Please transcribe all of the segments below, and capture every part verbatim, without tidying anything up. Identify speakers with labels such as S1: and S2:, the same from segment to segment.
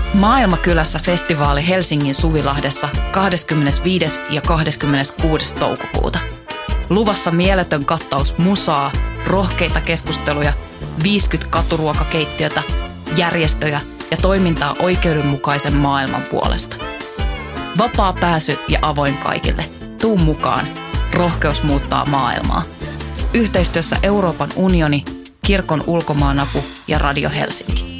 S1: Maailmakylässä festivaali Helsingin Suvilahdessa kahdeskymmenesviides ja kahdeskymmeneskuudes toukokuuta. Luvassa mieletön kattaus musaa, rohkeita keskusteluja, viisikymmentä katuruokakeittiötä, järjestöjä ja toimintaa oikeudenmukaisen maailman puolesta. Vapaa pääsy ja avoin kaikille. Tuu mukaan. Rohkeus muuttaa maailmaa. Yhteistyössä Euroopan unioni, Kirkon ulkomaanapu ja Radio Helsinki.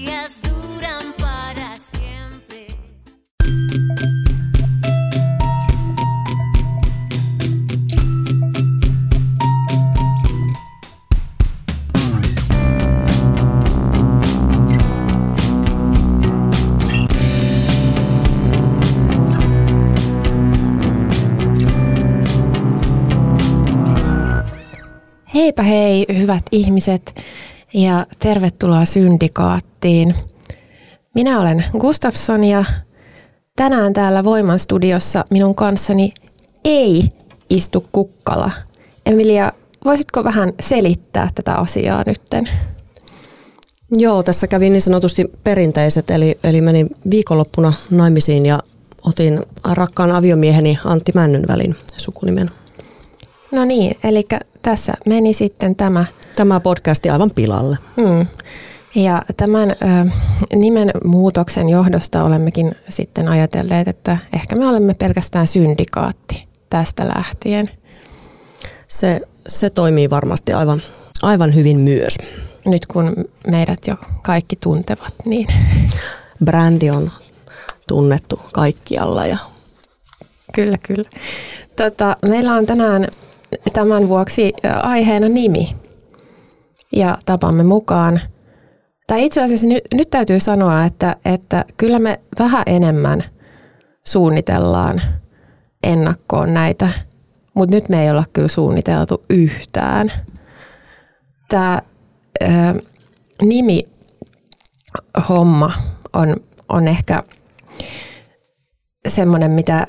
S2: Heipä hei, hyvät ihmiset, ja tervetuloa Syndikaattiin. Minä olen Gustafsson ja tänään täällä Voiman studiossa minun kanssani ei istu Kukkala. Emilia, voisitko vähän selittää tätä asiaa nytten?
S3: Joo, tässä kävi niin sanotusti perinteiset, eli, eli menin viikonloppuna naimisiin ja otin rakkaan aviomieheni Antti Männynvälin sukunimen.
S2: No niin, eli tässä meni sitten tämä...
S3: Tämä podcasti aivan pilalle.
S2: Hmm. Ja tämän ö, nimen muutoksen johdosta olemmekin sitten ajatelleet, että ehkä me olemme pelkästään syndikaatti tästä lähtien.
S3: Se, se toimii varmasti aivan, aivan hyvin myös.
S2: Nyt kun meidät jo kaikki tuntevat, niin...
S3: Brändi on tunnettu kaikkialla. Ja...
S2: Kyllä, kyllä. Tota, meillä on tänään tämän vuoksi aiheena nimi ja tapamme mukaan. Tai itse asiassa nyt, nyt täytyy sanoa, että, että kyllä me vähän enemmän suunnitellaan ennakkoon näitä, mutta nyt me ei olla kyllä suunniteltu yhtään. Tämä ö, nimi-homma on, on ehkä semmoinen, mitä...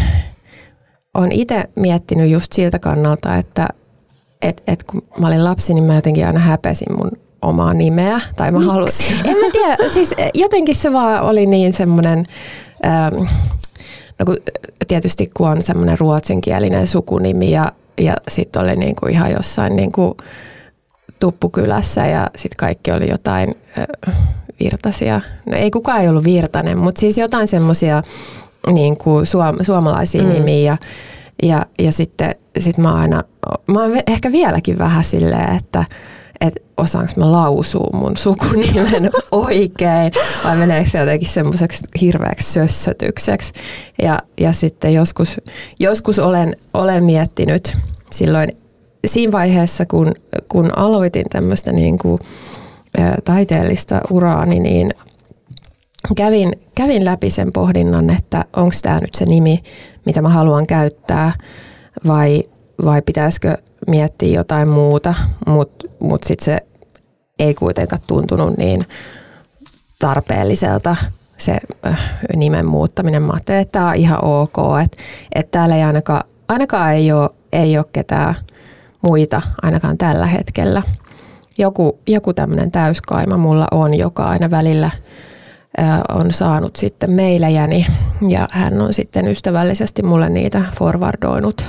S2: Olen itse miettinyt just siltä kannalta, että et, et kun mä olin lapsi, niin mä jotenkin aina häpesin mun omaa nimeä. Tai mä haluin, en mä tiedä, siis jotenkin se vaan oli niin semmoinen, ähm, no kun, tietysti kun on semmoinen ruotsinkielinen sukunimi ja, ja sitten oli niinku ihan jossain niinku Tuppukylässä ja sitten kaikki oli jotain äh, Virtasia. No ei kukaan ei ollut Virtanen, mutta siis jotain semmoisia... Niin kuin suom- suomalaisia mm. nimiä ja, ja, ja sitten sit mä aina, mä oon ehkä vieläkin vähän silleen, että et osaanko mä lausua mun sukunimen oikein vai meneekö se jotenkin semmoiseksi hirveäksi sössötykseksi. Ja, ja sitten joskus, joskus olen, olen miettinyt silloin siinä vaiheessa, kun, kun aloitin tämmöistä niin kuin, ä, taiteellista uraani, niin Kävin, kävin läpi sen pohdinnan, että onko tämä nyt se nimi, mitä mä haluan käyttää vai, vai pitäisikö miettiä jotain muuta, mutta mut sitten se ei kuitenkaan tuntunut niin tarpeelliselta se nimen muuttaminen. Mä ajattelin, että tämä on ihan ok, että, että täällä ei ainakaan, ainakaan ei ole, ei ole ketään muita ainakaan tällä hetkellä. Joku, joku tämmöinen täyskaima mulla on, joka aina välillä on saanut sitten mailejäni ja hän on sitten ystävällisesti mulle niitä forwardoinut.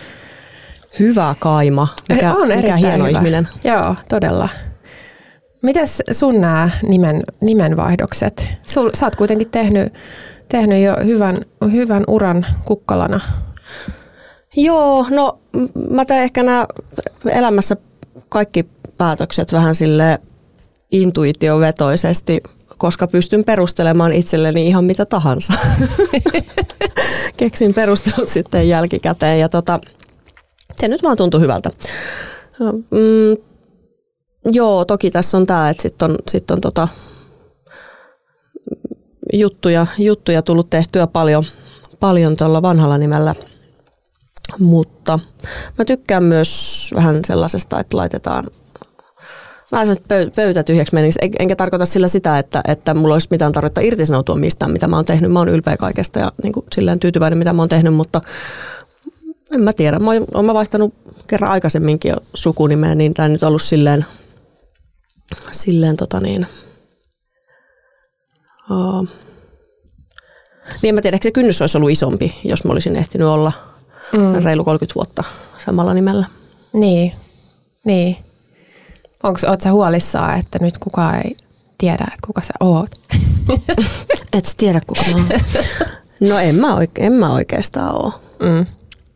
S3: Hyvä kaima. Mikä,
S2: on
S3: mikä hieno
S2: hyvä.
S3: Ihminen.
S2: Joo, todella. Mitäs sun nämä nimen, nimenvaihdokset? Sul, sä oot kuitenkin tehnyt, tehnyt jo hyvän, hyvän uran Kukkalana.
S3: Joo, no mä teen ehkä nämä elämässä kaikki päätökset vähän sille intuitiovetoisesti, koska pystyn perustelemaan itselleni ihan mitä tahansa. Keksin perustelut sitten jälkikäteen ja tota, se nyt vaan tuntui hyvältä. Mm, joo, toki tässä on tämä, että sitten on, sit on tota, juttuja, juttuja tullut tehtyä paljon, paljon tuolla vanhalla nimellä, mutta mä tykkään myös vähän sellaisesta, että laitetaan Mä sanon, että pöytä tyhjäksi meniksi, enkä tarkoita sillä sitä, että, että mulla olisi mitään tarvetta irtisanoutua mistään, mitä mä oon tehnyt. Mä oon ylpeä kaikesta ja niin kuin silleen tyytyväinen, mitä mä oon tehnyt, mutta en mä tiedä. Mä oon, oon mä vaihtanut kerran aikaisemminkin jo sukunimeä, niin tää on nyt ollut silleen, silleen tota niin, uh, Niin en mä tiedä, ehkä se kynnys olisi ollut isompi, jos mä olisin ehtinyt olla mm. reilu kolmekymmentä vuotta samalla nimellä.
S2: Niin, niin. Onko, oot sä huolissaan, että nyt kukaan ei tiedä, että kuka sä oot?
S3: Et sä tiedä, kuka mä oon. No en mä, oike- en mä oikeastaan oo. Mm.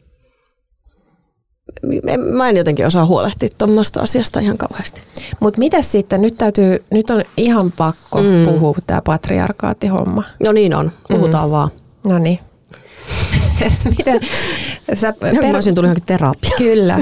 S3: Mä en jotenkin osaa huolehtia tuommoista asiasta ihan kauheasti.
S2: Mutta mitäs sitten, nyt, täytyy, nyt on ihan pakko mm. puhua tämä patriarkaattihomma.
S3: No niin on, puhutaan mm. vaan.
S2: No niin. Miten sä
S3: per... Mä olisin tullut johonkin terapiaan.
S2: Kyllä.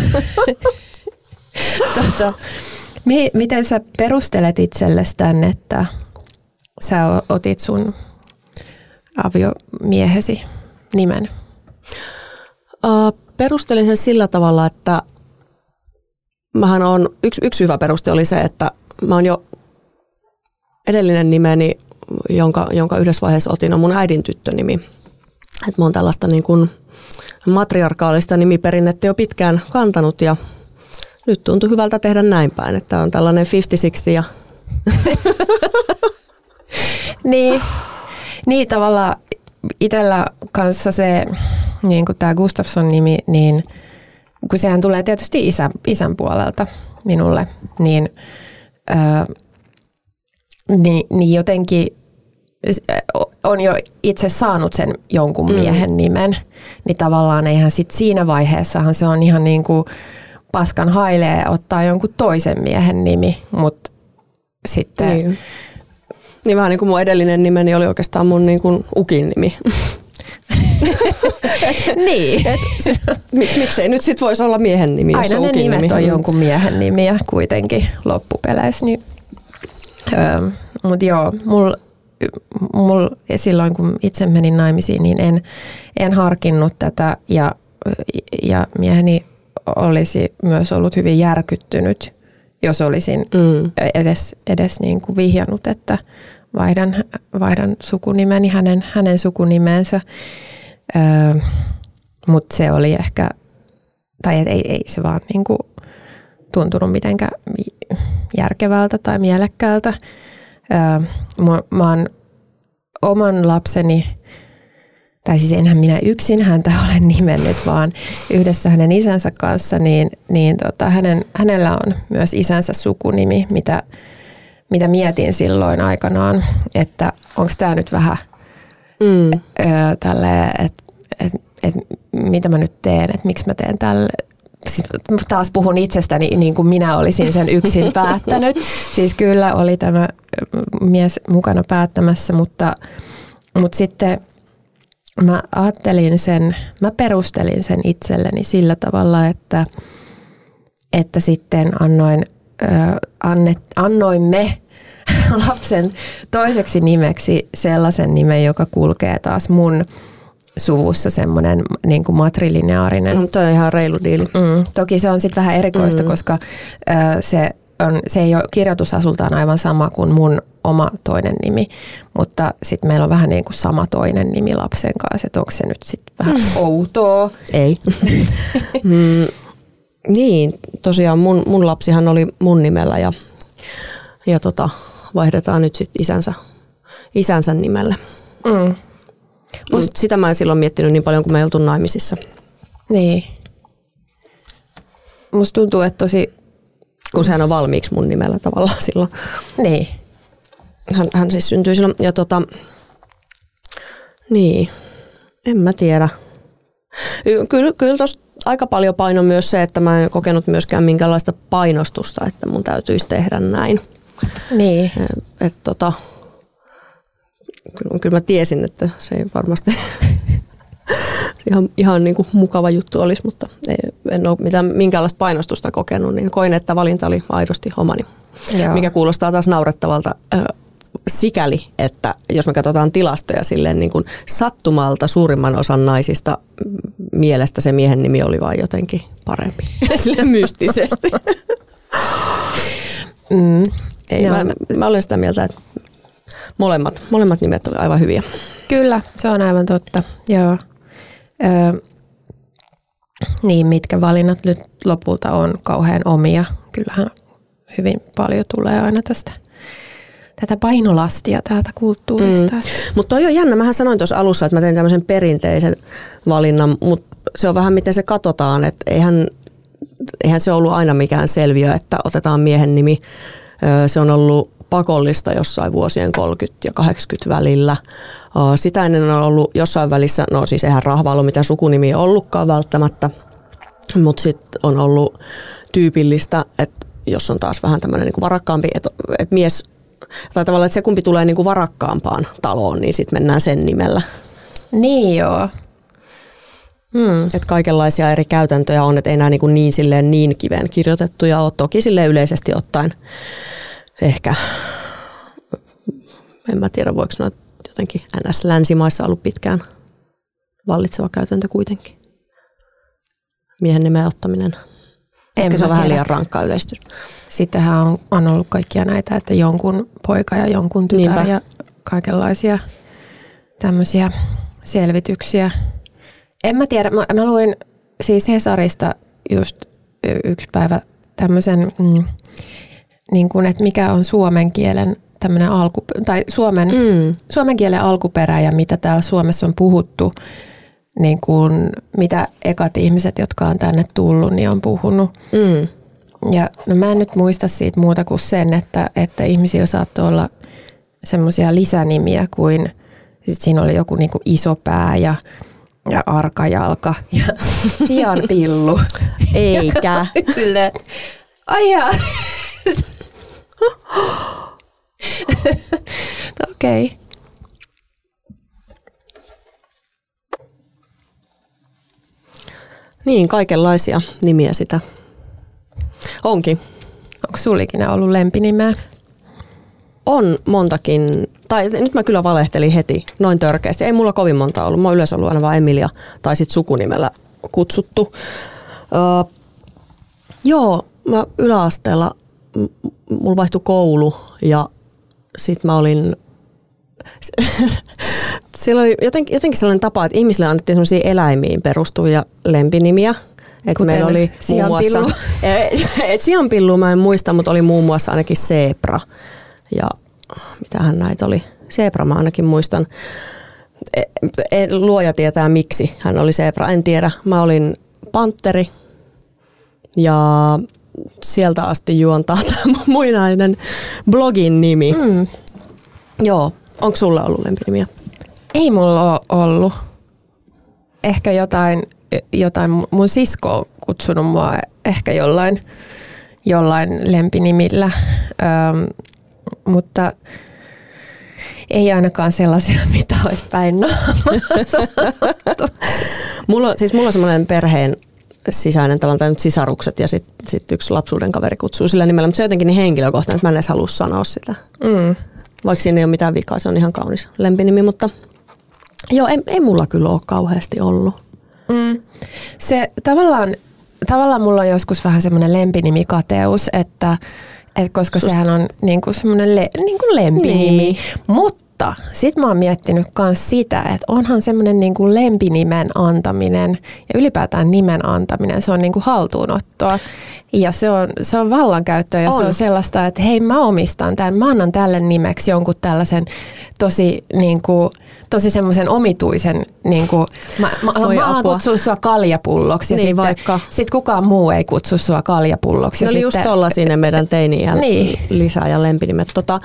S2: tota, mi- miten sä perustelet itsellesi tänne, että sä otit sun aviomiehesi nimen?
S3: Uh, perustelin sen sillä tavalla, että mähän on, yksi, yksi hyvä peruste oli se, että mä oon jo edellinen nimeni, jonka, jonka yhdessä vaiheessa otin, on mun äidin tyttönimi. Että mä oon tällaista niin kuin matriarkaalista nimiperinnettä jo pitkään kantanut ja nyt tuntui hyvältä tehdä näin päin, että on tällainen viisikymmentä kuusikymmentä ja
S2: niin, niin tavallaan itsellä kanssa se, niin kuin tämä Gustafsson-nimi, niin kun sehän tulee tietysti isä, isän puolelta minulle, niin, ää, niin, niin jotenkin on jo itse saanut sen jonkun miehen mm. nimen, niin tavallaan eihän sit siinä vaiheessahan se on ihan niin kuin paskan hailee ottaa jonkun toisen miehen nimi, mutta sitten...
S3: Niin. niin vähän niin kuin mun edellinen nimeni oli oikeastaan mun niin kuin ukin nimi.
S2: niin.
S3: Et, sit, mik, miksei nyt sit voisi olla miehen nimi, jos
S2: aina
S3: on
S2: ne
S3: ukin
S2: nimet
S3: nimi.
S2: on jonkun miehen nimiä kuitenkin loppupeleissä. Niin, öö, mutta joo, mulla mul, silloin kun itse menin naimisiin, niin en, en harkinnut tätä ja, ja mieheni olisi myös ollut hyvin järkyttynyt, jos olisin mm. edes, edes niin kuin vihjannut, että vaihdan, vaihdan sukunimeni hänen, hänen sukunimeensä. Öö, mutta se oli ehkä, tai ei, ei se vaan niin kuin tuntunut mitenkään järkevältä tai mielekkäältä. Öö, mä, mä oon oman lapseni, tai siis enhän minä yksin häntä ole nimennyt, vaan yhdessä hänen isänsä kanssa, niin, niin tota, hänen, hänellä on myös isänsä sukunimi, mitä, mitä mietin silloin aikanaan, että onko tämä nyt vähän mm. öö, tälleen, että et, et, mitä mä nyt teen, että miksi mä teen tälle. Taas puhun itsestäni niin kuin minä olisin sen yksin päättänyt. Siis kyllä oli tämä mies mukana päättämässä, mutta, mutta sitten mä ajattelin sen, mä perustelin sen itselleni sillä tavalla, että, että sitten annoin, äh, annet, annoimme lapsen toiseksi nimeksi sellaisen nimen, joka kulkee taas mun suvussa semmoinen niin kuin matrilineaarinen.
S3: No, toi on ihan reilu diili.
S2: Mm, toki se on sitten vähän erikoista, mm. koska äh, se, on, se ei ole kirjoitusasultaan aivan sama kuin mun oma toinen nimi, mutta sitten meillä on vähän niin kuin sama toinen nimi lapsen kanssa, että onko se nyt sitten vähän outoa?
S3: Ei. mm, niin, tosiaan mun, mun lapsihan oli mun nimellä ja, ja tota, vaihdetaan nyt sitten isänsä, isänsä nimelle. Mm. Must, sitä mä en silloin miettinyt niin paljon, kun me ei oltu naimisissa.
S2: Niin. Musta tuntuu, että tosi...
S3: Kun sehän on valmiiksi mun nimellä tavallaan silloin.
S2: Niin.
S3: Hän, hän siis syntyi silloin. Ja tota... Niin. En mä tiedä. Kyllä, kyllä tossa aika paljon paino myös se, että mä en kokenut myöskään minkäänlaista painostusta, että mun täytyisi tehdä näin.
S2: Niin.
S3: Että tota... Kyllä, kyllä mä tiesin, että se ei varmasti ihan, ihan niin kuin mukava juttu olisi, mutta ei, en ole mitään, minkäänlaista painostusta kokenut, niin koin, että valinta oli aidosti omani. Joo. Mikä kuulostaa taas naurettavalta äh, sikäli, että jos me katsotaan tilastoja silleen niin kuin sattumalta suurimman osan naisista mielestä se miehen nimi oli vain jotenkin parempi, silleen mystisesti. mm. ei, mä, mä olen sitä mieltä, että Molemmat, molemmat nimet oli aivan hyviä.
S2: Kyllä, se on aivan totta. Joo. Ö, niin, mitkä valinnat nyt lopulta on kauhean omia. Kyllähän hyvin paljon tulee aina tästä, tätä painolastia täältä kulttuurista. Mm.
S3: Mutta toi on jännä. Mähän sanoin tuossa alussa, että mä tein tämmöisen perinteisen valinnan, mutta se on vähän miten se katsotaan. Että eihän, eihän se ollut aina mikään selviö, että otetaan miehen nimi. Se on ollut pakollista jossain vuosien kolmekymmentä ja kahdeksankymmentä välillä. Sitä ennen on ollut jossain välissä, no siis eihän rahva ollut mitään sukunimiä ollutkaan välttämättä, mutta sitten on ollut tyypillistä, että jos on taas vähän tämmöinen niin kuin varakkaampi, että, että mies, tai tavallaan, että se kumpi tulee niin kuin varakkaampaan taloon, niin sitten mennään sen nimellä.
S2: Niin joo. Hmm.
S3: Että kaikenlaisia eri käytäntöjä on, että ei nämä niin, kuin niin, silleen niin kiven kirjoitettuja ole. Toki silleen yleisesti ottaen ehkä, en mä tiedä voiko noita jotenkin N S-länsimaissa ollut pitkään vallitseva käytäntö kuitenkin. Miehen nimen ottaminen.
S2: En
S3: Ehkä se on
S2: tiedä.
S3: vähän liian rankka yleistys.
S2: Sittenhän on, on ollut kaikkia näitä, että jonkun poika ja jonkun tytär Niinpä. Ja kaikenlaisia tämmöisiä selvityksiä. En mä tiedä, mä, mä luin siis Hesarista just yksi päivä tämmöisen, mm, niin kuin, että mikä on suomen kielen tämmöinen alku, tai suomen, mm. suomen kielen alkuperä ja mitä täällä Suomessa on puhuttu, niin kuin mitä ekat ihmiset, jotka on tänne tullut, niin on puhunut. Mm. Ja no mä en nyt muista siitä muuta kuin sen, että, että ihmisillä saattoi olla semmoisia lisänimiä kuin, sit siinä oli joku niin kuin isopää ja, ja arkajalka ja sianpillu.
S3: Eikä.
S2: Silleen, ai jaa. Okei. Okay.
S3: Niin, kaikenlaisia nimiä sitä onkin.
S2: Onko sulla ikinä ollut lempinimeä?
S3: On montakin, tai nyt mä kyllä valehtelin heti noin törkeästi. Ei mulla kovin monta ollut. Mä oon yleensä ollut aina vaan Emilia tai sit sukunimellä kutsuttu. Öö, joo, mä yläasteella, m- mulla vaihtui koulu ja sit mä olin... Siellä oli jotenkin, jotenkin sellainen tapa, että ihmisille annettiin sellaisia eläimiin perustuvia lempinimiä. Että meillä oli muun muassa, et sianpillu mä en muista, mutta oli muun muassa ainakin zebra. Ja mitähän näitä oli? Zebra mä ainakin muistan. E, e, luoja tietää miksi hän oli zebra, en tiedä. Mä olin pantteri ja sieltä asti juontaa tämä muinainen blogin nimi. Mm. Joo, onko sulla ollut lempinimiä?
S2: Ei mulla ole ollut. Ehkä jotain, jotain mun sisko on kutsunut mua ehkä jollain, jollain lempinimillä, Öm, mutta ei ainakaan sellaisia, mitä olisi päin naamaa sanottu.
S3: Mulla on, siis mulla on semmoinen perheen sisäinen tavallaan, tai nyt sisarukset ja sitten sit yksi lapsuuden kaveri kutsuu sillä nimellä, mutta se on jotenkin niin henkilökohtainen, että mä en edes halua sanoa sitä. Mm. Vaikka siinä ei ole mitään vikaa, se on ihan kaunis lempinimi, mutta joo, ei, ei mulla kyllä ole kauheasti ollut.
S2: Mm. Se tavallaan, tavallaan mulla on joskus vähän semmoinen lempinimikateus, että, että koska Sus... sehän on niinku semmoinen le, niinku lempinimi, niin. Mutta sit mä oon miettinyt myös sitä, että onhan semmoinen niinku lempinimen antaminen ja ylipäätään nimen antaminen, se on niinku haltuunottoa. Ja se on, se on vallankäyttöä ja on. Se on sellaista, että hei mä omistan tämän, mä annan tälle nimeksi jonkun tällaisen tosi, niin kuin, tosi semmoisen omituisen, niin kuin, mä, mä, mä alan kutsua sua kaljapulloksi ja niin, sitten sit kukaan muu ei kutsu sua kaljapulloksi.
S3: Ne oli sitten, just tollaisia ne meidän teini-iän niin. lisää ja lempinimet. Tota,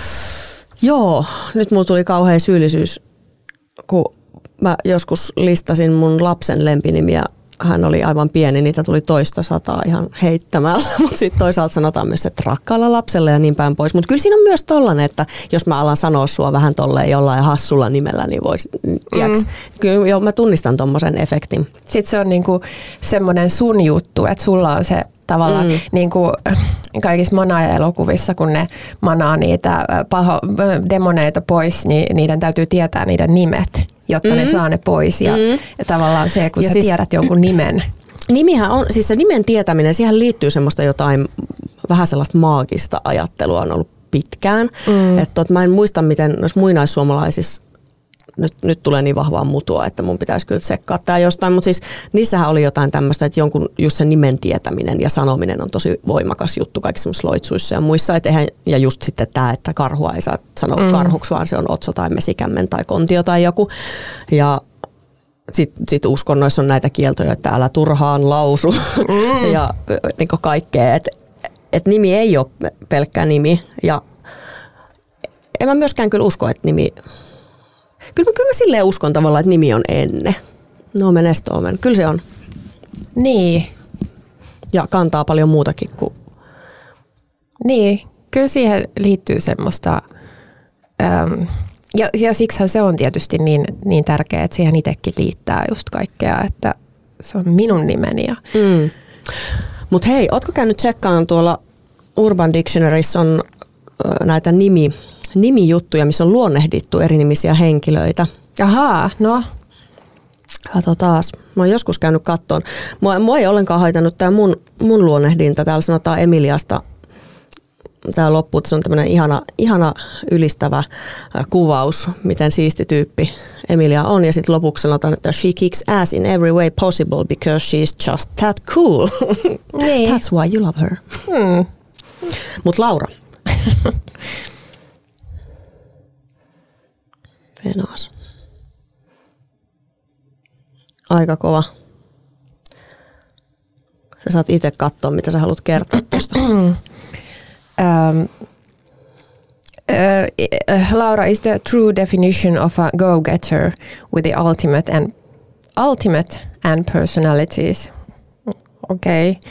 S3: joo, nyt mulla tuli kauhea syyllisyys, kun mä joskus listasin mun lapsen lempinimiä. Hän oli aivan pieni, niitä tuli toista sataa ihan heittämällä, mutta sitten toisaalta sanotaan myös, että rakkaalla lapsella ja niin päin pois. Mutta kyllä siinä on myös tollainen, että jos mä alan sanoa sua vähän tolleen jollain hassulla nimellä, niin voisi, tiiäks, mm. kyllä jo, mä tunnistan tommosen efektin.
S2: Sitten se on niinku semmoinen sun juttu, että sulla on se tavallaan mm. niinku kaikissa manaaja-elokuvissa, kun ne manaa niitä paho, demoneita pois, niin niiden täytyy tietää niiden nimet, jotta mm. ne saa ne pois. Ja, mm. ja tavallaan se, kun ja sä siis, tiedät jonkun nimen.
S3: Nimihän on, siis se nimen tietäminen, siihen liittyy semmoista jotain vähän sellaista maagista ajattelua on ollut pitkään. Mm. Että mä en muista, miten noissa muinaissuomalaisissa nyt, nyt tulee niin vahvaa mutua, että mun pitäisi kyllä tsekkaa tää jostain. Mutta siis niissähän oli jotain tämmöistä, että jonkun just sen nimen tietäminen ja sanominen on tosi voimakas juttu kaikissa semmoisissa loitsuissa ja muissa. Et eihän, ja just sitten tämä, että karhua ei saa sanoa mm. karhuksi, vaan se on otso tai mesikämmen tai kontio tai joku. Ja sitten sit uskonnoissa on näitä kieltoja, että älä turhaan lausu mm. ja niin kuin kaikkea. Että et nimi ei ole pelkkä nimi ja en mä myöskään kyllä usko, että nimi... Kyllä mä, kyllä mä silleen uskon tavallaan, että nimi on enne. No menestä omen. Kyllä se on.
S2: Niin.
S3: Ja kantaa paljon muutakin kuin...
S2: Niin, kyllä siihen liittyy semmoista... Äm, ja, ja siksihän se on tietysti niin, niin tärkeää, että siihen itsekin liittää just kaikkea, että se on minun nimeni.
S3: Mm. Mutta hei, ootko käynyt tsekkaamaan tuolla Urban Dictionaryssa on äh, näitä nimi... nimijuttuja, missä on luonnehdittu erinimisiä henkilöitä.
S2: Ahaa, no.
S3: Kato taas. Mä oon joskus käynyt kattoon. Mua, mua ei ollenkaan haitannut tää mun, mun luonnehdinta. Täällä sanotaan Emiliasta. Tää loppuu, että se on tämmönen ihana, ihana ylistävä kuvaus, miten siisti tyyppi Emilia on. Ja sitten lopuksi sanotaan, että she kicks ass in every way possible because she's just that cool.
S2: Niin.
S3: That's why you love her.
S2: Hmm.
S3: Mut Laura. Venas. Aika kova. Sä saat itse katsoa, mitä sä haluat kertoa tuosta.
S2: um, uh, Laura is the true definition of a go-getter with the ultimate and ultimate and personalities. Okei. Okay.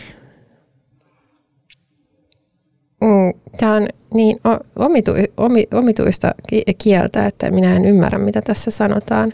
S2: Mm, tämä on niin omitu, omi, omituista kieltä, että minä en ymmärrä, mitä tässä sanotaan.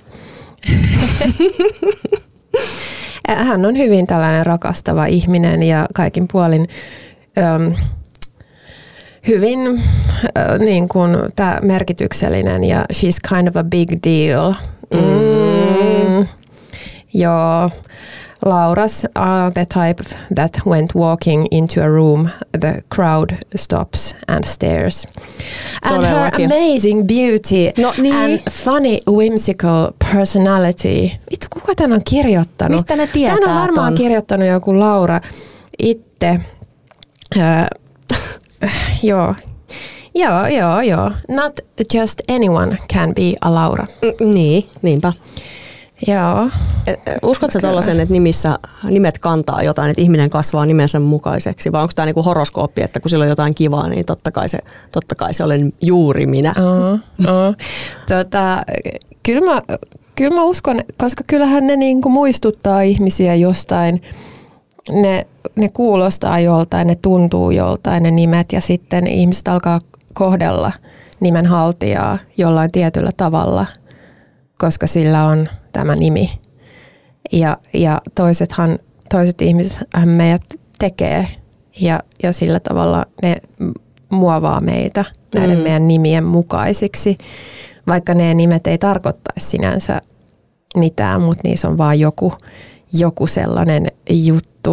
S2: Hän on hyvin tällainen rakastava ihminen ja kaikin puolin äm, hyvin äh, niin kuin, tää merkityksellinen ja she's kind of a big deal. Mm. Joo. Laura's are the type that went walking into a room, the crowd stops and stares. And
S3: Todellakin.
S2: Her amazing beauty
S3: no, niin.
S2: and funny whimsical personality. Vittu, kuka tän on kirjoittanut?
S3: Mistä ne tietää
S2: tän on varmaan
S3: ton?
S2: kirjoittanut joku Laura itse. Äh, joo. Joo, joo, joo. Not just anyone can be a Laura.
S3: Mm, niin, niinpä.
S2: Joo.
S3: Uskotko tollaisen, että nimissä, nimet kantaa jotain, että ihminen kasvaa nimensä mukaiseksi? Vai onko tämä niinku horoskooppi, että kun sillä on jotain kivaa, niin totta kai se, totta kai se olen juuri minä?
S2: Oh, oh. Tota, kyllä, mä, kyllä mä uskon, koska kyllähän ne niinku muistuttaa ihmisiä jostain. Ne, ne kuulostaa joltain, ne tuntuu joltain ne nimet ja sitten ihmiset alkaa kohdella nimen haltijaa jollain tietyllä tavalla, koska sillä on tämä nimi. Ja, ja toisethan, toiset ihmisethän meidät tekee ja, ja sillä tavalla ne muovaa meitä näiden mm. meidän nimien mukaisiksi, vaikka ne nimet ei tarkoittaisi sinänsä mitään, mutta niissä on vaan joku, joku sellainen juttu.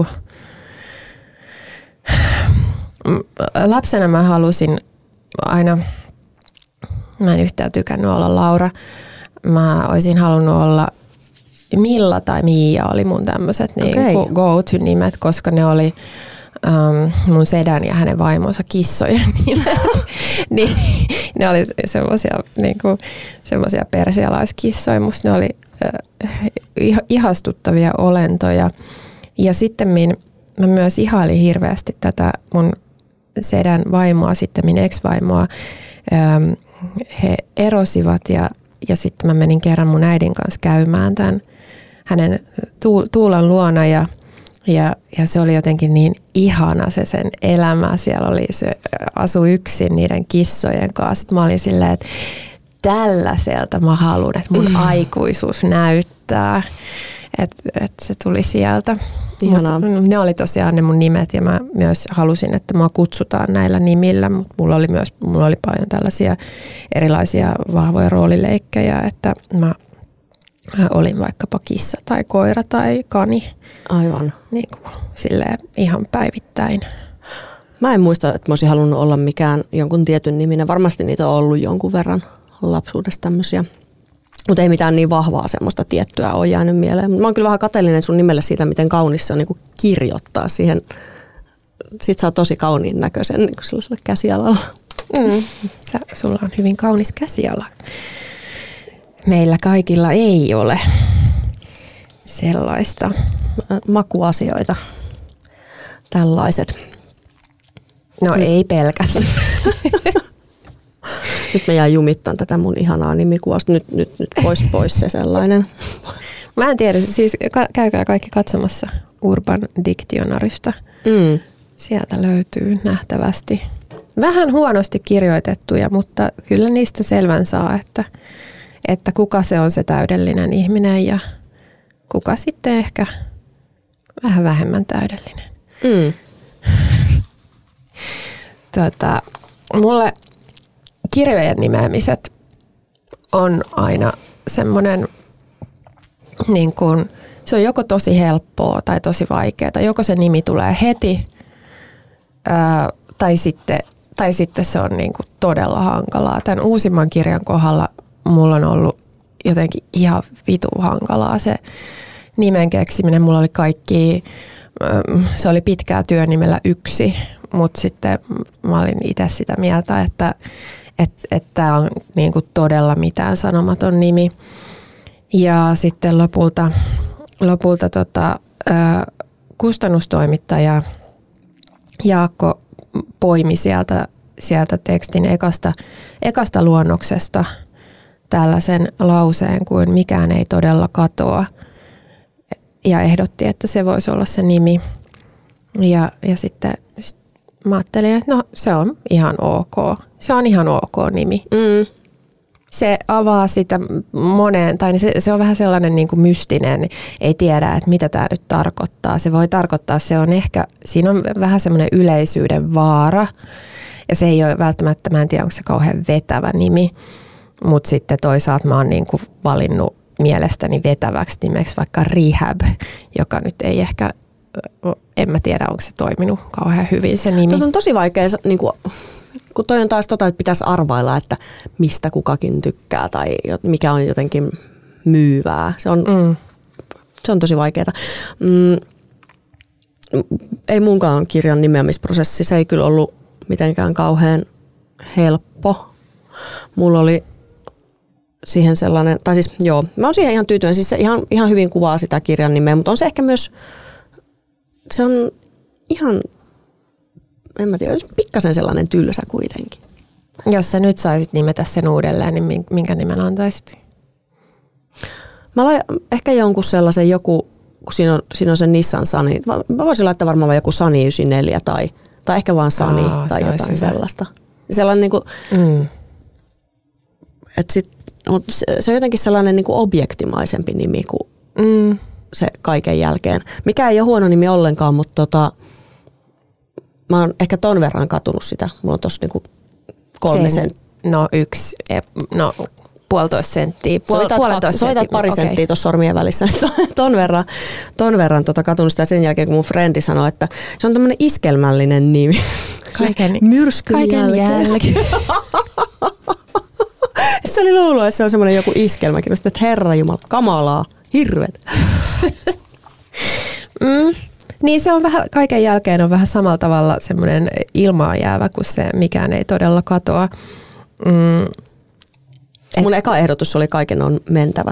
S2: Lapsena mä halusin aina, mä en yhtään tykännyt olla Laura, mä olisin halunnut olla Milla tai Miia oli mun tämmöiset niin
S3: okay.
S2: go-to-nimet, koska ne oli um, mun sedän ja hänen vaimonsa kissojen nimet. Niin, ne oli semmoisia niinku, semmoisia persialaiskissoja, musta ne oli äh, ihastuttavia olentoja. Ja sitten mä myös ihailin hirveästi tätä mun sedän vaimoa, sitten min ex-vaimoa. Ähm, he erosivat ja Ja sitten mä menin kerran mun äidin kanssa käymään tämän hänen Tuulan luona ja, ja, ja se oli jotenkin niin ihana se sen elämä. Siellä oli se asui yksin niiden kissojen kanssa. Sitten mä olin silleen, että tällaiselta mä haluan, että mun aikuisuus näyttää, että, että se tuli sieltä. Ihanaa. Mut ne oli tosiaan ne mun nimet ja mä myös halusin, että mua kutsutaan näillä nimillä, mutta mulla oli myös mulla oli paljon tällaisia erilaisia vahvoja roolileikkejä, että mä olin vaikkapa kissa tai koira tai kani.
S3: Aivan.
S2: Niin kuin silleen ihan päivittäin.
S3: Mä en muista, että mä olisin halunnut olla mikään jonkun tietyn niminen. Varmasti niitä on ollut jonkun verran lapsuudessa tämmöisiä Mutta ei mitään niin vahvaa semmoista tiettyä ole jäänyt mieleen. Mä oon kyllä vähän kateellinen sun nimelle siitä, miten kaunis se on niin kuin kirjoittaa siihen. Sit saa tosi kauniin näköisen niin kuin sellaisella käsialalla.
S2: Mm. Sä, sulla on hyvin kaunis käsiala. Meillä kaikilla ei ole sellaista.
S3: Makuasioita. Tällaiset.
S2: No mm. ei pelkästään.
S3: Nyt mä jään jumittaan tätä mun ihanaa nimikuvasta. Nyt, nyt, nyt pois pois se sellainen.
S2: Mä en tiedä, siis käykää kaikki katsomassa Urban Dictionarysta. Mm. Sieltä löytyy nähtävästi vähän huonosti kirjoitettuja, mutta kyllä niistä selvän saa, että, että kuka se on se täydellinen ihminen ja kuka sitten ehkä vähän vähemmän täydellinen. Mm. tota, mulle kirjojen nimeämiset on aina semmoinen, niin kuin, se on joko tosi helppoa tai tosi vaikeaa. Joko se nimi tulee heti ää, tai, sitten, tai sitten se on niin kuin todella hankalaa. Tämän uusimman kirjan kohdalla mulla on ollut jotenkin ihan vitu hankalaa se nimen keksiminen. Mulla oli kaikki, se oli pitkää työnimellä yksi, mutta sitten mä olin itse sitä mieltä, että Että et tämä on niinku todella mitään sanomaton nimi. Ja sitten lopulta, lopulta tota, ö, kustannustoimittaja Jaakko poimi sieltä, sieltä tekstin ekasta, ekasta luonnoksesta tällaisen lauseen kuin mikään ei todella katoa. Ja ehdotti, että se voisi olla se nimi. Ja, ja sitten mä ajattelin, että no se on ihan ok. Se on ihan ok nimi. Mm. Se avaa sitä moneen, tai se, se on vähän sellainen niin kuin mystinen, ei tiedä, että mitä tämä nyt tarkoittaa. Se voi tarkoittaa, se on ehkä, siinä on vähän semmoinen yleisyyden vaara, ja se ei ole välttämättä, mä en tiedä, onko se kauhean vetävä nimi, mutta sitten toisaalta mä oon niin kuin valinnut mielestäni vetäväksi nimeksi vaikka Rehab, joka nyt ei ehkä, en mä tiedä, onko se toiminut kauhean hyvin se nimi.
S3: Tuo on tosi vaikea, niin kuin, kun toi on taas tota, että pitäisi arvailla, että mistä kukakin tykkää tai mikä on jotenkin myyvää. Se on, mm. se on tosi vaikeaa. Mm, ei munkaan kirjan nimeämisprosessi, se ei kyllä ollut mitenkään kauhean helppo. Mulla oli siihen sellainen, tai siis joo, mä oon siihen ihan tyytyväinen, siis se ihan, ihan hyvin kuvaa sitä kirjan nimeä, mutta on se ehkä myös, se on ihan, en mä tiedä, pikkasen sellainen tylsä kuitenkin.
S2: Jos sä nyt saisit nimetä sen uudelleen, niin minkä nimen antaisit?
S3: Mä laitan ehkä jonkun sellaisen joku, kun siinä on, siinä on se Nissan Sunny, mä, mä voisin laittaa varmaan joku Sunny yhdeksänkymmentäneljä tai, tai ehkä vaan Sunny Aa, tai jotain hyvä. Sellaista. Sellainen niinku, mm. että sit, mutta se, se on jotenkin sellainen niin kuin objektimaisempi nimi kuin mm. se kaiken jälkeen. Mikä ei ole huono nimi ollenkaan, mutta tota, mä oon ehkä ton verran katunut sitä. Mulla on tossa niinku kolme senttiä.
S2: No yksi, no puolitoista senttiä. Puol,
S3: soitat, kaksi, soitat pari okay. senttiä tuossa sormien välissä. ton verran, ton verran tota katunut sitä sen jälkeen, kun mun frendi sanoi, että se on tämmöinen iskelmällinen nimi.
S2: Kaiken,
S3: Myrskyn
S2: kaiken jälkeen. jälkeen.
S3: Se oli luullut, että se on semmoinen joku iskelmäkin. Että herranjumala, kamalaa, hirvet.
S2: mm. Niin se on vähän, kaiken jälkeen on vähän samalla tavalla semmoinen ilmaan jäävä, kun se mikään ei todella katoa. Mm.
S3: Et, Mun eka ehdotus oli kaiken on mentävä.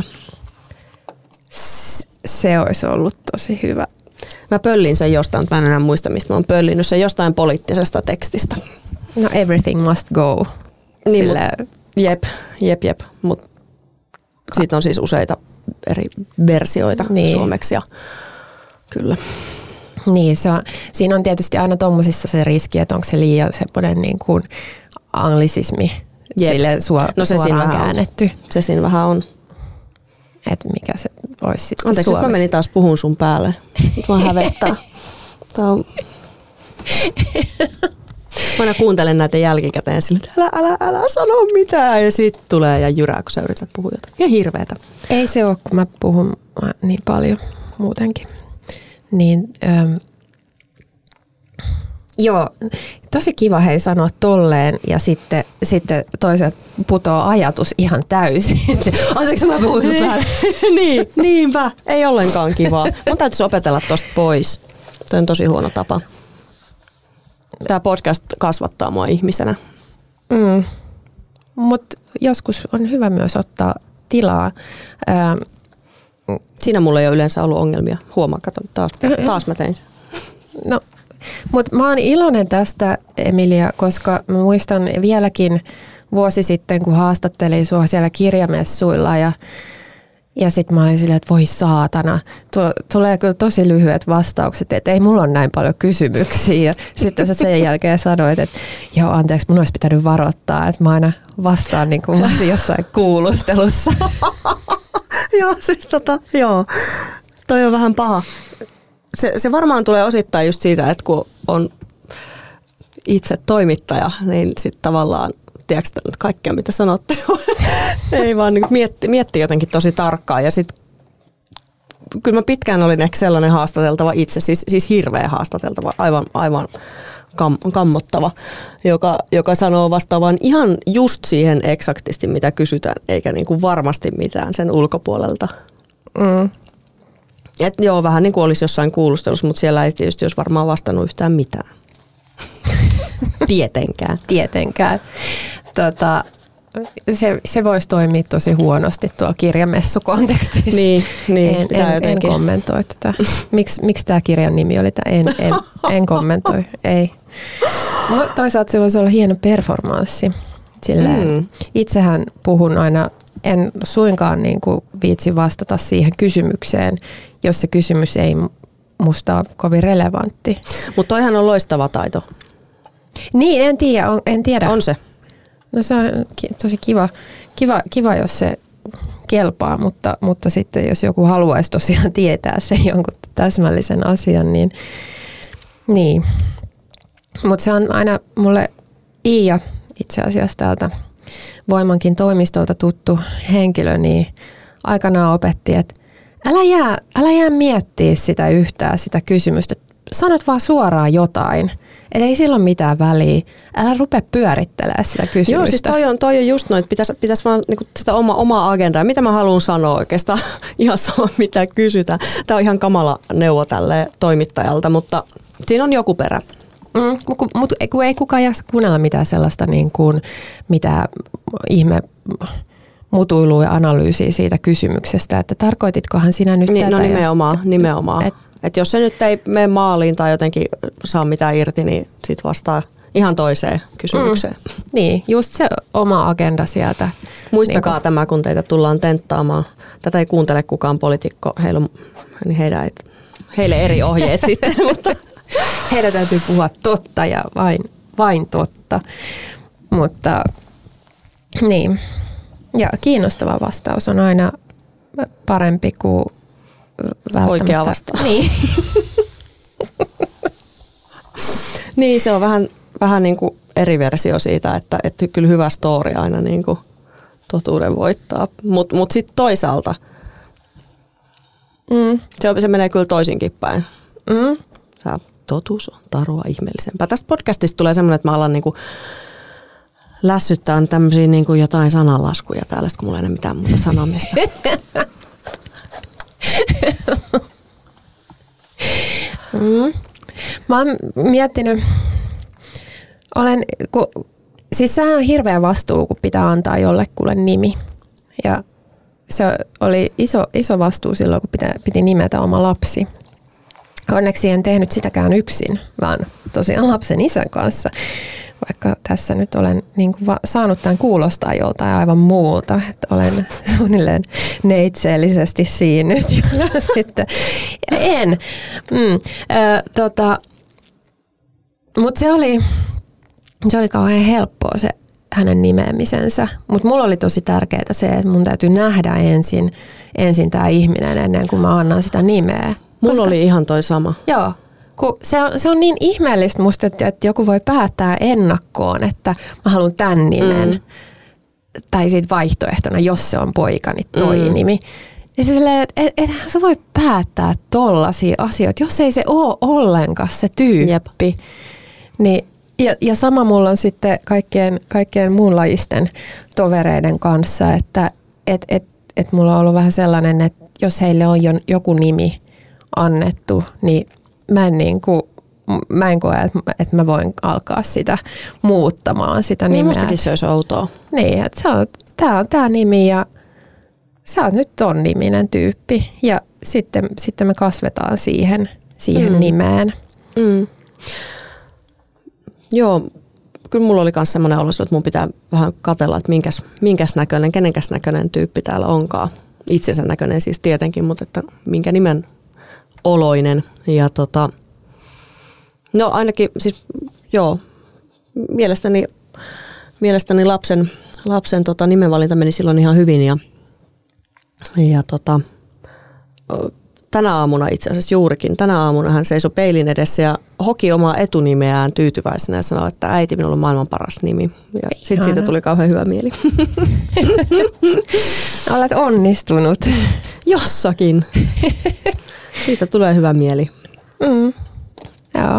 S2: Se olisi ollut tosi hyvä.
S3: Mä pöllin sen jostain, mä en enää muista mistä mä oon pöllinyt sen jostain poliittisesta tekstistä.
S2: No everything must go.
S3: Niin, Sille... mut, jep, jep, jep. Mut siitä on siis useita eri versioita niin. suomeksi ja kyllä.
S2: Niin, se on, siinä on tietysti aina tommosissa se riski, että onko se liian semmoinen niin kuin anglisismi sille suor- no se suoraan käännetty.
S3: On. Se siinä vähän on.
S2: Että mikä se olisi sitten
S3: Anteeksi, suomeksi. Mä menin taas puhun sun päälle. Nyt mä hävettää. On... Mä aina kuuntelen näitä jälkikäteen sille, että älä, älä, älä sano mitään. Ja sit tulee ja jyrää, kun sä yrität puhua jotain. Ja hirveetä.
S2: Ei se ole, kun mä puhun niin paljon muutenkin. Niin, ähm, Joo, tosi kiva hei sanoa tolleen ja sitten, sitten toiset putoaa ajatus ihan täysin. Anteeksi, mä puhun sun päälle.
S3: Niin, niinpä. Ei ollenkaan kivaa. Mun täytyisi opetella tosta pois. Toi on tosi huono tapa. Tää podcast kasvattaa mua ihmisenä.
S2: Mm. Mutta joskus on hyvä myös ottaa tilaa. Ähm.
S3: Siinä mulla ei ole yleensä ollut ongelmia. Huomaa, kato, taas, taas mä tein sen.
S2: No. Mutta mä oon iloinen tästä, Emilia, koska mä muistan vieläkin vuosi sitten, kun haastattelin sua siellä kirjamessuilla ja, ja sitten mä olin silleen, että voi saatana, Tuo, tulee kyllä tosi lyhyet vastaukset, että ei mulla ole näin paljon kysymyksiä. Ja sitten sä sen jälkeen sanoit, että joo anteeksi, mun olisi pitänyt varoittaa, että mä aina vastaan niin kuin mä olisin jossain kuulustelussa.
S3: Joo, siis tota, joo, toi on vähän paha. Se, se varmaan tulee osittain just siitä, että kun on itse toimittaja, niin sitten tavallaan, tiedätkö nyt kaikkea mitä sanotte, ei vaan niin mietti, mietti jotenkin tosi tarkkaan. Ja sitten kyllä mä pitkään olin ehkä sellainen haastateltava itse, siis, siis hirveä haastateltava, aivan, aivan kam, kammottava, joka, joka sanoo vastaavan ihan just siihen eksaktisti, mitä kysytään, eikä niin kuin varmasti mitään sen ulkopuolelta.
S2: Mm.
S3: Et joo, vähän niin kuin olisi jossain kuulustelussa, mutta siellä ei tietysti olisi varmaan vastannut yhtään mitään. Tietenkään.
S2: Tietenkään. Tota, se, se voisi toimia tosi huonosti tuolla kirjamessukontekstissa.
S3: Niin, niin
S2: en, en, en kommentoi tätä. Miks, miksi tämä kirjan nimi oli tämä? En, en, en kommentoi, ei. No, toisaalta se voisi olla hieno performanssi. Silleen, mm. Itsehän puhun aina, en suinkaan niin kuin viitsi vastata siihen kysymykseen, jos se kysymys ei musta ole kovin relevantti.
S3: Mutta toihan on loistava taito.
S2: Niin, en tiedä. On, en tiedä.
S3: On se.
S2: No se on tosi kiva, kiva, kiva jos se kelpaa, mutta, mutta sitten jos joku haluaisi tosiaan tietää sen jonkun täsmällisen asian, niin niin. Mutta se on aina mulle Iia itse asiassa täältä Voimankin toimistolta tuttu henkilö, niin aikanaan opetti, että älä jää, älä jää miettiä sitä yhtään, sitä kysymystä. Sanot vaan suoraan jotain. Et ei silloin mitään väliä. Älä rupea pyörittelemään sitä kysymystä.
S3: Joo, siis toi on, toi on just noin, että pitäisi, pitäisi vaan niinku sitä oma, omaa agendaa. Mitä mä haluan sanoa oikeastaan? Ihan sama, mitä kysytään. Tämä on ihan kamala neuvo tälle toimittajalta, mutta siinä on joku perä.
S2: Mm, mutta mut, kun ei kukaan jaksa kuunnella mitään sellaista, niin kuin, mitä ihme mutuilua ja analyysiä siitä kysymyksestä, että tarkoititkohan sinä nyt
S3: niin,
S2: tätä?
S3: No nimenomaan,
S2: sitten,
S3: nimenomaan.
S2: Et,
S3: Et jos se nyt ei mene maaliin tai jotenkin saa mitään irti, niin sit vastaa ihan toiseen kysymykseen.
S2: Mm, niin, just se oma agenda sieltä.
S3: Muistakaa
S2: niin kuin
S3: tämä, kun teitä tullaan tenttaamaan. Tätä ei kuuntele kukaan poliitikko. Heillä on, niin heidän ei, heille eri ohjeet sitten. Mutta
S2: heidän täytyy puhua totta ja vain, vain totta. Mutta niin. Ja kiinnostava vastaus on aina parempi kuin välttämättä.
S3: Oikea vastaus.
S2: Niin.
S3: Niin, se on vähän, vähän niin kuin eri versio siitä, että, että kyllä hyvä story aina niin kuin totuuden voittaa. Mutta mut sitten toisaalta
S2: Mm.
S3: se, se menee kyllä toisinkin päin.
S2: Mm.
S3: Sä, totuus on tarua ihmeellisempää. Tästä podcastista tulee semmoinen, että mä alan niin kuin lässyttää tämmöisiä niin kuin jotain sananlaskuja täällä, kun mulla ei ole mitään muuta sanomista.
S2: mm. Mä oon miettinyt, olen, kun, siis sehän on hirveä vastuu, kun pitää antaa jollekulle nimi. Ja se oli iso, iso vastuu silloin, kun pitä, piti nimetä oma lapsi. Onneksi en tehnyt sitäkään yksin, vaan tosiaan lapsen isän kanssa. Vaikka tässä nyt olen niin kuin va- saanut tämän kuulostaa joltain aivan muulta, että olen suunnilleen neitseellisesti siinnyt. Ja sitten en. Mm, äh, tota, mutta se oli, se oli kauhean helppoa se hänen nimeämisensä. Mutta mulla oli tosi tärkeää se, että mun täytyy nähdä ensin, ensin tämä ihminen ennen kuin mä annan sitä nimeä.
S3: Mulla
S2: Koska,
S3: oli ihan toi sama.
S2: Joo. Kun se, on, se on niin ihmeellistä musta, että, että joku voi päättää ennakkoon, että mä haluan tämän nimen. Mm. Tai siitä vaihtoehtona, jos se on poika, niin toi mm. nimi. Ja se silleen, että et, et, sä voi päättää tollaisia asioita, jos ei se ole ollenkaan se tyyppi. Jep. Niin, ja, ja sama mulla on sitten kaikkien, kaikkien muunlajisten tovereiden kanssa, että et, et, et mulla on ollut vähän sellainen, että jos heille on jo joku nimi annettu, niin mä en, niin kuin, mä en koe, että, että mä voin alkaa sitä muuttamaan sitä nimeä.
S3: Niin mustakin se olisi outoa.
S2: Niin, että se on, tää on tää nimi ja sä oot nyt ton niminen tyyppi ja sitten, sitten me kasvetaan siihen, siihen mm. nimeen.
S3: Mm. Joo, kyllä mulla oli myös semmoinen olo, että mun pitää vähän katsella, että minkäs, minkäs näköinen, kenenkäs näköinen tyyppi täällä onkaan. Itsensä näköinen siis tietenkin, mutta että minkä nimen oloinen. Ja tota, no ainakin siis joo, mielestäni, mielestäni lapsen, lapsen tota, nimenvalinta meni silloin ihan hyvin ja, ja tota, tänä aamuna itse asiassa juurikin, tänä aamuna hän seisoi peilin edessä ja hoki omaa etunimeään tyytyväisenä ja sanoi, että äiti, minulla on maailman paras nimi. Ja sitten siitä tuli kauhean hyvä mieli.
S2: Olet onnistunut.
S3: Jossakin. Siitä tulee hyvä mieli.
S2: Mm. Joo.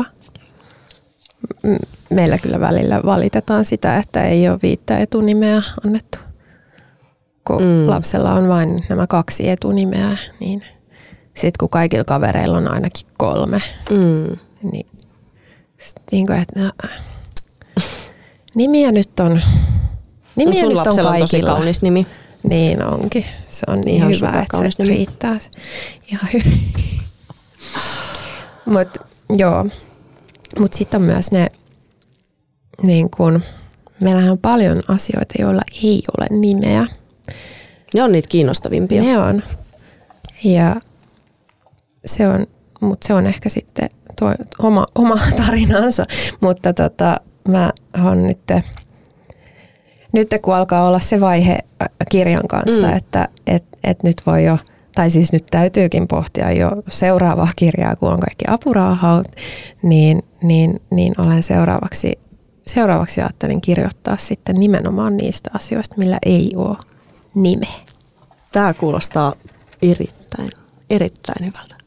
S2: Meillä kyllä välillä valitetaan sitä, että ei ole viittä etunimeä annettu. Kun mm. lapsella on vain nämä kaksi etunimeä, niin sitten kun kaikilla kavereilla on ainakin kolme, mm. niin, niin kuin, että no, nimiä nyt on, nimiä
S3: sun
S2: nyt on kaikilla.
S3: On tosi kaunis nimi.
S2: Niin onkin. Se on niin ihan hyvä, että se nimi. Riittää. Ihan hyvin. Mutta joo. Mutta sitten on myös ne, niin kun, meillähän on paljon asioita, joilla ei ole nimeä.
S3: Ne on niitä kiinnostavimpia.
S2: Ne on. Ja se on, mutta se on ehkä sitten tuo oma, oma tarinansa. Mutta tota, mä oon nyt, nyt kun alkaa olla se vaihe kirjan kanssa, mm. että et, et nyt voi jo, tai siis nyt täytyykin pohtia jo seuraavaa kirjaa, kun on kaikki apurahaut, niin, niin, niin olen seuraavaksi, seuraavaksi ajattelin kirjoittaa sitten nimenomaan niistä asioista, millä ei ole nimeä.
S3: Tämä kuulostaa erittäin, erittäin hyvältä.